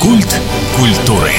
Культ культуры.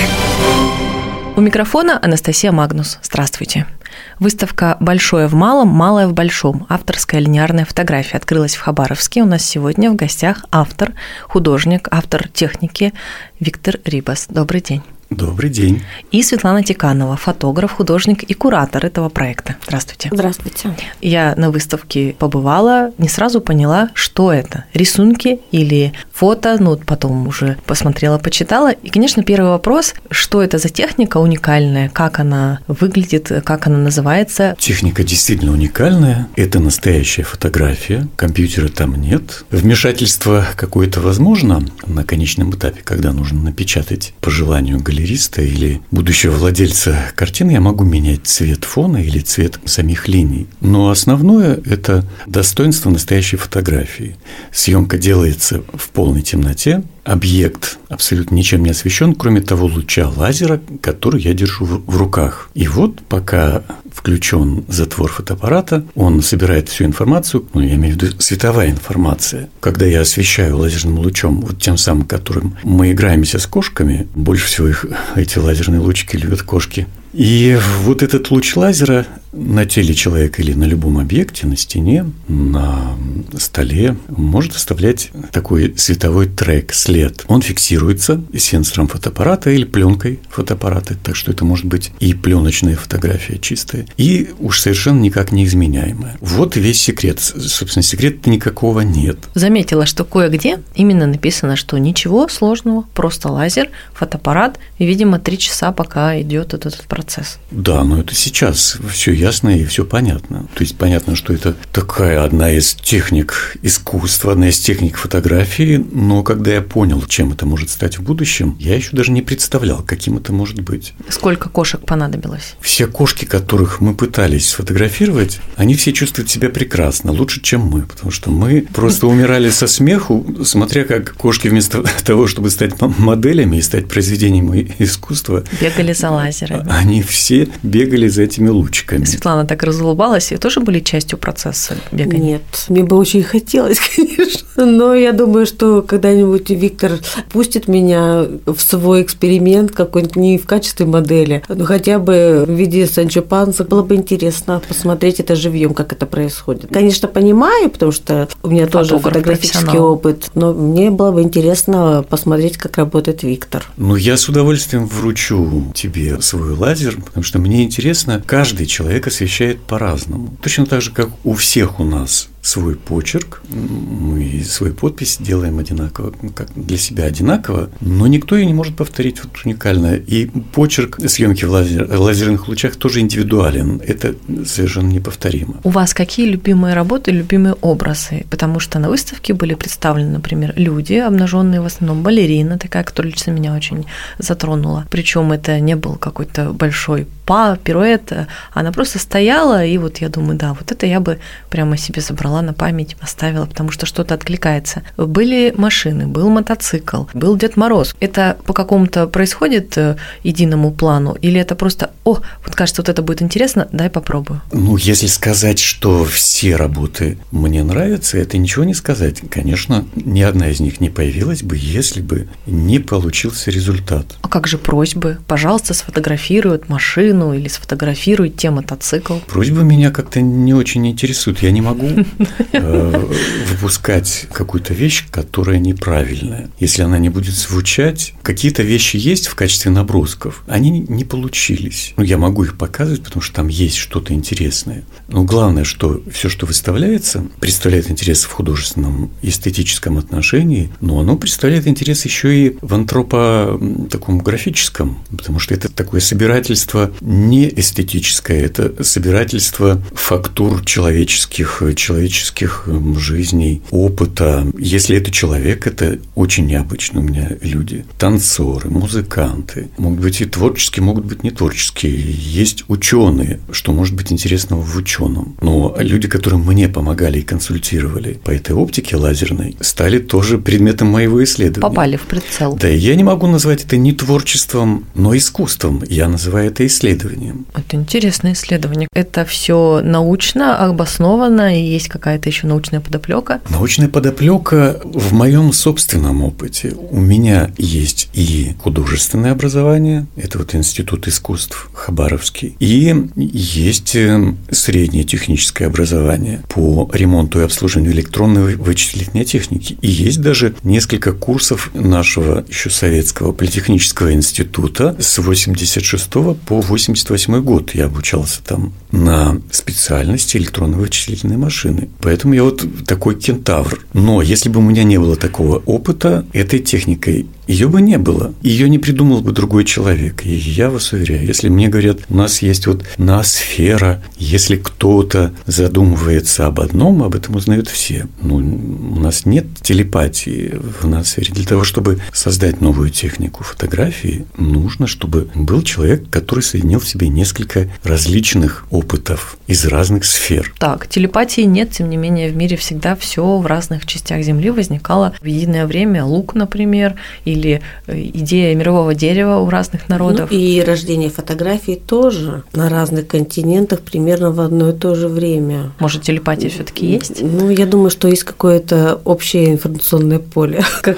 У микрофона Анастасия Магнус. Здравствуйте. Выставка «Большое в малом, малое в большом. Авторская линейная фотография» открылась в Хабаровске. У нас сегодня в гостях автор, художник, автор техники Виктор Рибас. Добрый день. Добрый день. И Светлана Тиканова, фотограф, художник и куратор этого проекта. Здравствуйте. Здравствуйте. Я на выставке побывала, не сразу поняла, что это. Рисунки или фото, потом уже посмотрела, почитала. И, конечно, первый вопрос, что это за техника уникальная, как она выглядит, как она называется. Техника действительно уникальная. Это настоящая фотография. Компьютера там нет. Вмешательство какое-то возможно на конечном этапе, когда нужно напечатать по желанию галериста или будущего владельца картины, я могу менять цвет фона или цвет самих линий. Но основное – это достоинство настоящей фотографии. Съемка делается в полной темноте, объект абсолютно ничем не освещен, кроме того луча лазера, который я держу в руках. И вот пока включен затвор фотоаппарата, он собирает всю информацию, я имею в виду световая информация. Когда я освещаю лазерным лучом, вот тем самым, которым мы играемся с кошками, больше всего эти лазерные лучики любят кошки. И вот этот луч лазера на теле человека или на любом объекте, на стене, на столе, может оставлять такой световой трек, след. Он фиксируется сенсором фотоаппарата или пленкой фотоаппарата, так что это может быть и пленочная фотография чистая, и уж совершенно никак не изменяемая. Вот весь секрет. Собственно, секрета никакого нет. Заметила, что кое-где именно написано, что ничего сложного, просто лазер, фотоаппарат, и, видимо, 3 часа, пока идет этот процесс. Да, но это сейчас все ясно и все понятно. То есть понятно, что это такая одна из техник искусства, одна из техник фотографии, но когда я понял, чем это может стать в будущем, я еще даже не представлял, каким это может быть. Сколько кошек понадобилось? Все кошки, которых мы пытались сфотографировать, они все чувствуют себя прекрасно, лучше, чем мы, потому что мы просто умирали со смеху, смотря как кошки вместо того, чтобы стать моделями и стать произведением искусства, бегали за лазерами. Они все бегали за этими лучиками. Светлана так разулыбалась, и тоже были частью процесса бегания? Нет, мне бы очень хотелось, конечно, но я думаю, что когда-нибудь Виктор пустит меня в свой эксперимент какой-нибудь не в качестве модели, но хотя бы в виде Санчо Панса. Было бы интересно посмотреть это живьем, как это происходит. Конечно, понимаю, потому что у меня тоже фотографический опыт, но мне было бы интересно посмотреть, как работает Виктор. Я с удовольствием вручу тебе свой лазер, потому что мне интересно, каждый человек освещает по-разному. Точно так же, как у всех у нас свой почерк, мы свою подпись делаем одинаково, как для себя одинаково, но никто ее не может повторить уникально. И почерк съемки в лазерных лучах тоже индивидуален. Это совершенно неповторимо. У вас какие любимые работы, любимые образы? Потому что на выставке были представлены, например, люди, обнаженные в основном, балерина, такая, которая лично меня очень затронула. Причем это не был какой-то большой пируэт, она просто стояла, и вот я думаю, да, вот это я бы прямо себе забрала на память, оставила, потому что что-то откликается. Были машины, был мотоцикл, был Дед Мороз. Это по какому-то происходит единому плану, или это просто, вот кажется, вот это будет интересно, дай попробую? Если сказать, что все работы мне нравятся, это ничего не сказать. Конечно, ни одна из них не появилась бы, если бы не получился результат. А как же просьбы? Пожалуйста, сфотографируют машину или сфотографируйте мотоцикл. Просьбы меня как-то не очень интересуют. Я не могу выпускать какую-то вещь, которая неправильная. Если она не будет звучать, какие-то вещи есть в качестве набросков, они не получились. Я могу их показывать, потому что там есть что-то интересное. Но главное, что все, что выставляется, представляет интерес в художественном, эстетическом отношении, но оно представляет интерес еще и в таком графическом, потому что это такое собирательство не эстетическое, это собирательство фактур человеческих жизней, опыта. Если это человек, это очень необычно. У меня люди танцоры, музыканты, могут быть и творческие, могут быть не творческие. Есть ученые, что может быть интересного в ученом. Но люди, которые мне помогали и консультировали по этой оптике лазерной, стали тоже предметом моего исследования. Попали в прицел. Да, я не могу назвать это не творчеством, но искусством. Я называю это исследованием. Это интересное исследование. Это все научно обосновано, и есть какая-то еще научная подоплека? Научная подоплека в моем собственном опыте. У меня есть и художественное образование, это вот Институт искусств Хабаровский, и есть среднее техническое образование по ремонту и обслуживанию электронной вычислительной техники. И есть даже несколько курсов нашего еще советского политехнического института с 86 по 88 год. Я обучался там на специальности электронной вычислительной машины. Поэтому я вот такой кентавр. Но если бы у меня не было такого опыта, этой техникой ее бы не было. Ее не придумал бы другой человек. И я вас уверяю, если мне говорят, у нас есть вот ноосфера, если кто-то задумывается об одном, об этом узнают все. Ну, у нас нет телепатии в ноосфере. Для того, чтобы создать новую технику фотографии, нужно, чтобы был человек, который соединил в себе несколько различных опытов из разных сфер. Так, телепатии нет, тем не менее, в мире всегда все в разных частях Земли возникало в единое время. Лук, например, или идея мирового дерева у разных народов. Ну, и рождение фотографий тоже на разных континентах примерно в одно и то же время. Может, телепатия все-таки есть? Ну, я думаю, что есть какое-то общее информационное поле, как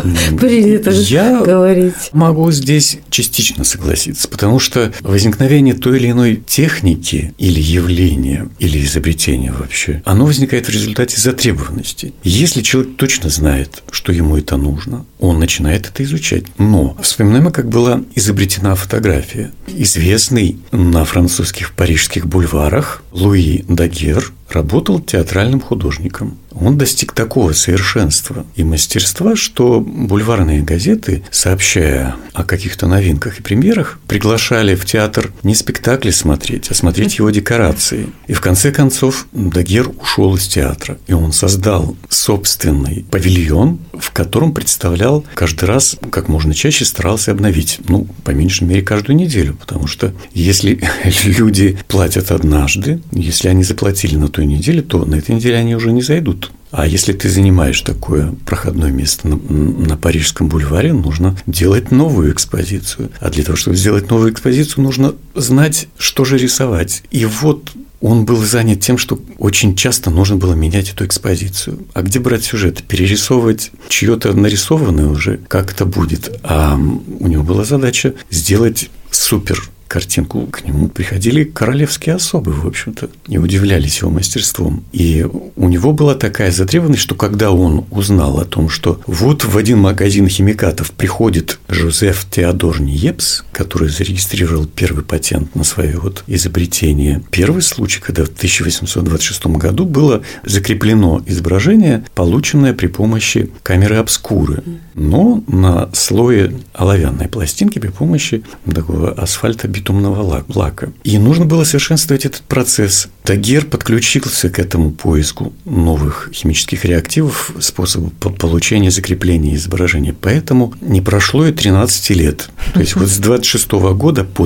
принято говорить. Могу здесь частично согласиться, потому что возникновение той или иной техники или явления, или изобретения вообще, оно возникает в результате затребованности. Если человек точно знает, что ему это нужно, он начинает это изучать. Но вспоминаем, как была изобретена фотография. Известный на французских парижских бульварах Луи Дагер работал театральным художником. Он достиг такого совершенства и мастерства, что бульварные газеты, сообщая о каких-то новинках и премьерах, приглашали в театр не спектакли смотреть, а смотреть его декорации. И в конце концов Дагер ушел из театра, и он создал собственный павильон, в котором представлял каждый раз, как можно чаще старался обновить, ну, по меньшей мере, каждую неделю, потому что если люди платят однажды, если они заплатили на той неделе, то на этой неделе они уже не зайдут. А если ты занимаешь такое проходное место на Парижском бульваре, нужно делать новую экспозицию. А для того, чтобы сделать новую экспозицию, нужно знать, что же рисовать. И вот он был занят тем, что очень часто нужно было менять эту экспозицию. А где брать сюжет? Перерисовывать чьё-то нарисованное уже, как это будет. А у него была задача сделать супер картинку. К нему приходили королевские особы, в общем-то, и удивлялись его мастерством. И у него была такая затребованность, что когда он узнал о том, что вот в один магазин химикатов приходит Жозеф Теодор Ниепс, который зарегистрировал первый патент на свое вот изобретение. Первый случай, когда в 1826 году было закреплено изображение, полученное при помощи камеры обскуры, но на слое оловянной пластинки при помощи такого асфальтобитумного лака. И нужно было совершенствовать этот процесс. Дагер подключился к этому поиску новых химических реактивов, способов получения закрепления изображения. Поэтому не прошло и 13 лет. То есть вот с 26 года по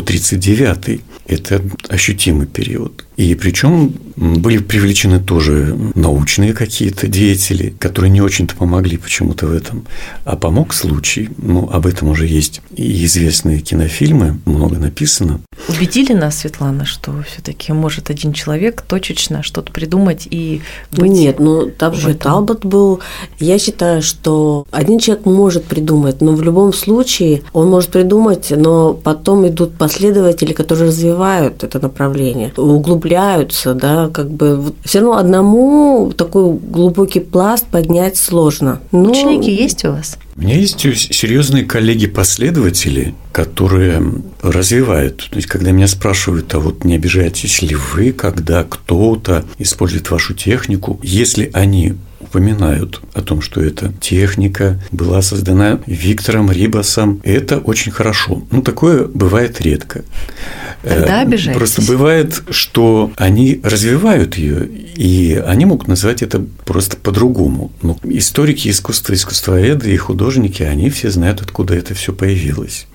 39 это ощутимый период. И причем были привлечены тоже научные какие-то деятели, которые не очень-то помогли почему-то в этом. А помог случай, ну, об этом уже есть и известные кинофильмы, много написано. Убедили нас, Светлана, что все-таки может один человек точечно что-то придумать и быть... Нет, ну там же Талбот был. Я считаю, что один человек может придумать, но в любом случае он может придумать, но потом идут последователи, которые развивают это направление, углубляются, да, как бы все равно одному такой глубокий пласт поднять сложно. Но... Ученики есть у вас? У меня есть серьезные коллеги-последователи, которые развивают. То есть, когда меня спрашивают, а вот не обижаетесь ли вы, когда кто-то использует вашу технику, если они упоминают о том, что эта техника была создана Виктором Рибасом, это очень хорошо. Ну, такое бывает редко. Тогда обижаетесь. Просто бывает, что они развивают ее, и они могут назвать это просто по-другому. Но историки искусства, искусствоведы и художники, они все знают, откуда это все появилось.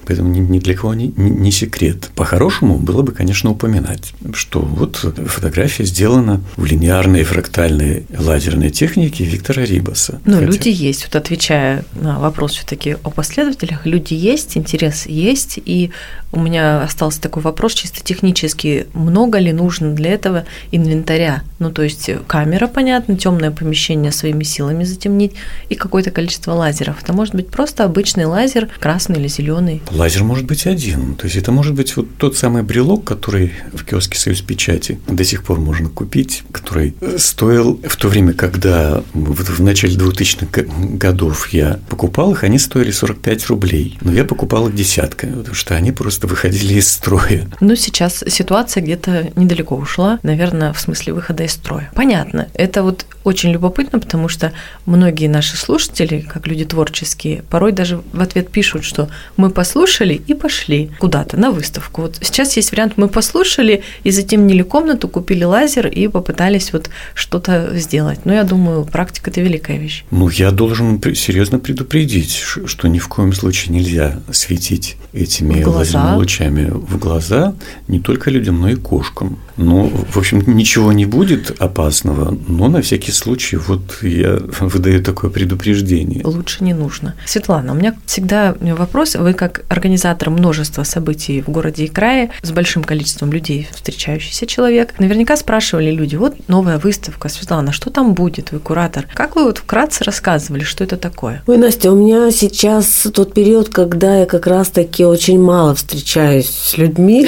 поэтому ни для кого не секрет. По-хорошему было бы, конечно, упоминать, что вот фотография сделана в линейной фрактальной лазерной технике Виктора Рибаса. Люди есть. Вот отвечая на вопрос все-таки о последователях, люди есть, интерес есть, и у меня остался такой вопрос чисто технически, много ли нужно для этого инвентаря? То есть камера, понятно, темное помещение своими силами затемнить и какое-то количество лазеров. Это может быть просто обычный лазер, красный или зеленый. Лазер может быть один. То есть это может быть вот тот самый брелок, который в киоске «Союз Печати» до сих пор можно купить, который стоил в то время, когда в начале 2000-х годов я покупал их, они стоили 45 рублей. Но я покупал их десятками, потому что они просто выходили из строя. Сейчас ситуация где-то недалеко ушла, наверное, в смысле выхода из строя. Понятно. Это вот очень любопытно, потому что многие наши слушатели, как люди творческие, порой даже в ответ пишут, что мы послушали и пошли куда-то на выставку. Вот сейчас есть вариант: мы послушали и затемнили комнату, купили лазер и попытались вот что-то сделать. Я думаю, практика – это великая вещь. Я должен серьезно предупредить, что ни в коем случае нельзя светить этими лазерными лучами в глаза не только людям, но и кошкам. В общем, ничего не будет опасного, но на всякий случай вот я выдаю такое предупреждение. Лучше не нужно. Светлана, у меня всегда вопрос. Вы как организатор множества событий в городе и крае, с большим количеством людей, встречающийся человек, наверняка спрашивали люди: вот новая выставка, Светлана, что там будет? Вы куратор. Как вы вот вкратце рассказывали, что это такое? Ой, Настя, у меня сейчас тот период, когда я как раз-таки очень мало встречаюсь с людьми,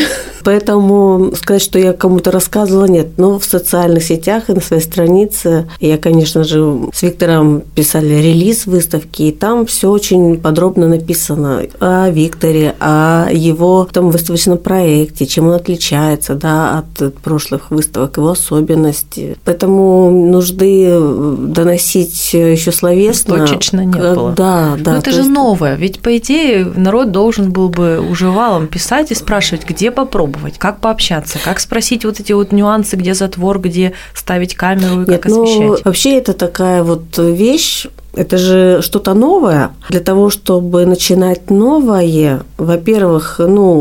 поэтому сказать, что я кому-то рассказывала, нет. Но в социальных сетях и на своей странице я, конечно же, с Виктором писали релиз выставки, и там все очень подробно написано о Викторе, о его том выставочном проекте, чем он отличается, от прошлых выставок, его особенности. Поэтому нужды доносить еще словесно. Точечно не было. Да. Но это же новое. Ведь, по идее, народ должен был бы уже валом писать и спрашивать, где попробовать, как пообщаться, как спросить вот эти вот нюансы, где затвор, где ставить камеру и как освещать. Вообще это такая вот вещь. Это же что-то новое. Для того, чтобы начинать новое, во-первых,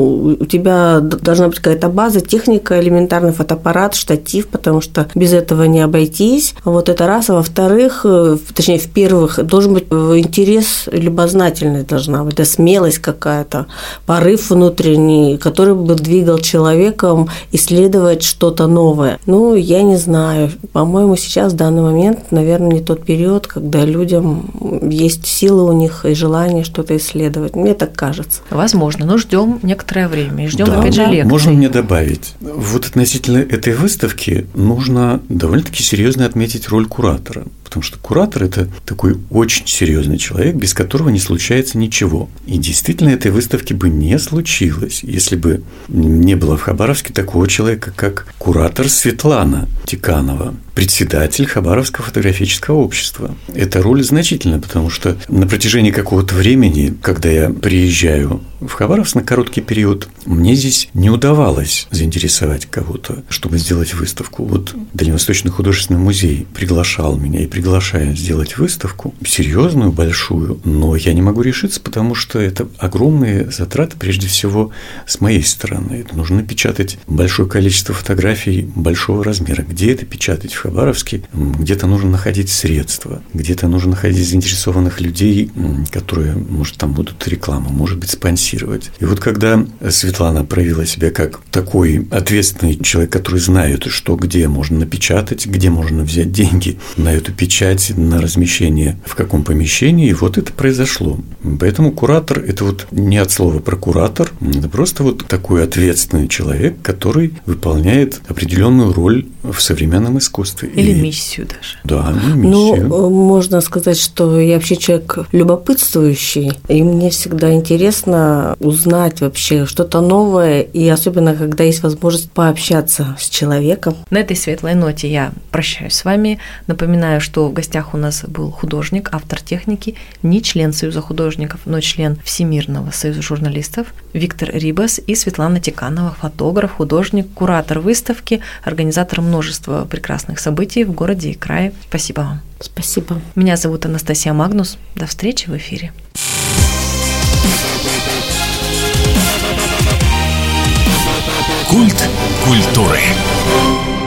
у тебя должна быть какая-то база, техника, элементарный фотоаппарат, штатив, потому что без этого не обойтись. Вот это раз. А во-вторых, точнее, в-первых, должен быть интерес, любознательность должна быть, смелость какая-то, порыв внутренний, который бы двигал человеком исследовать что-то новое. Я не знаю. По-моему, сейчас, в данный момент, наверное, не тот период, когда людям есть силы у них и желание что-то исследовать. Мне так кажется. Возможно, но ждем некоторое время. И ждем, опять же, лекций. Можно мне добавить? Вот относительно этой выставки нужно довольно-таки серьезно отметить роль куратора. Потому что куратор – это такой очень серьезный человек, без которого не случается ничего. И действительно, этой выставки бы не случилось, если бы не было в Хабаровске такого человека, как куратор Светлана Тиканова, председатель Хабаровского фотографического общества. Эта роль значительна, потому что на протяжении какого-то времени, когда я приезжаю в Хабаровск на короткий период, мне здесь не удавалось заинтересовать кого-то, чтобы сделать выставку. Вот Дальневосточный художественный музей приглашал меня и приглашает сделать выставку, серьезную, большую, но я не могу решиться, потому что это огромные затраты, прежде всего, с моей стороны. Это нужно напечатать большое количество фотографий большого размера. Где это печатать в Хабаровске? Где-то нужно находить средства, где-то нужно находить заинтересованных людей, которые, может, там будут рекламу, может быть, спонсировать. И вот когда Светлана проявила себя как такой ответственный человек, который знает, что где можно напечатать, где можно взять деньги на эту печать, на размещение в каком помещении, и вот это произошло. Поэтому куратор – это вот не от слова прокуратор, это просто вот такой ответственный человек, который выполняет определенную роль в современном искусстве. Или миссию даже. Да, миссию. Можно сказать, что я вообще человек любопытствующий, и мне всегда интересно узнать вообще что-то новое, и особенно, когда есть возможность пообщаться с человеком. На этой светлой ноте я прощаюсь с вами. Напоминаю, что в гостях у нас был художник, автор техники, не член Союза художников, но член Всемирного союза журналистов Виктор Рибас и Светлана Тиканова, фотограф, художник, куратор выставки, организатор множества прекрасных событий в городе и крае. Спасибо вам. Спасибо. Меня зовут Анастасия Магнус. До встречи в эфире. Культ культуры.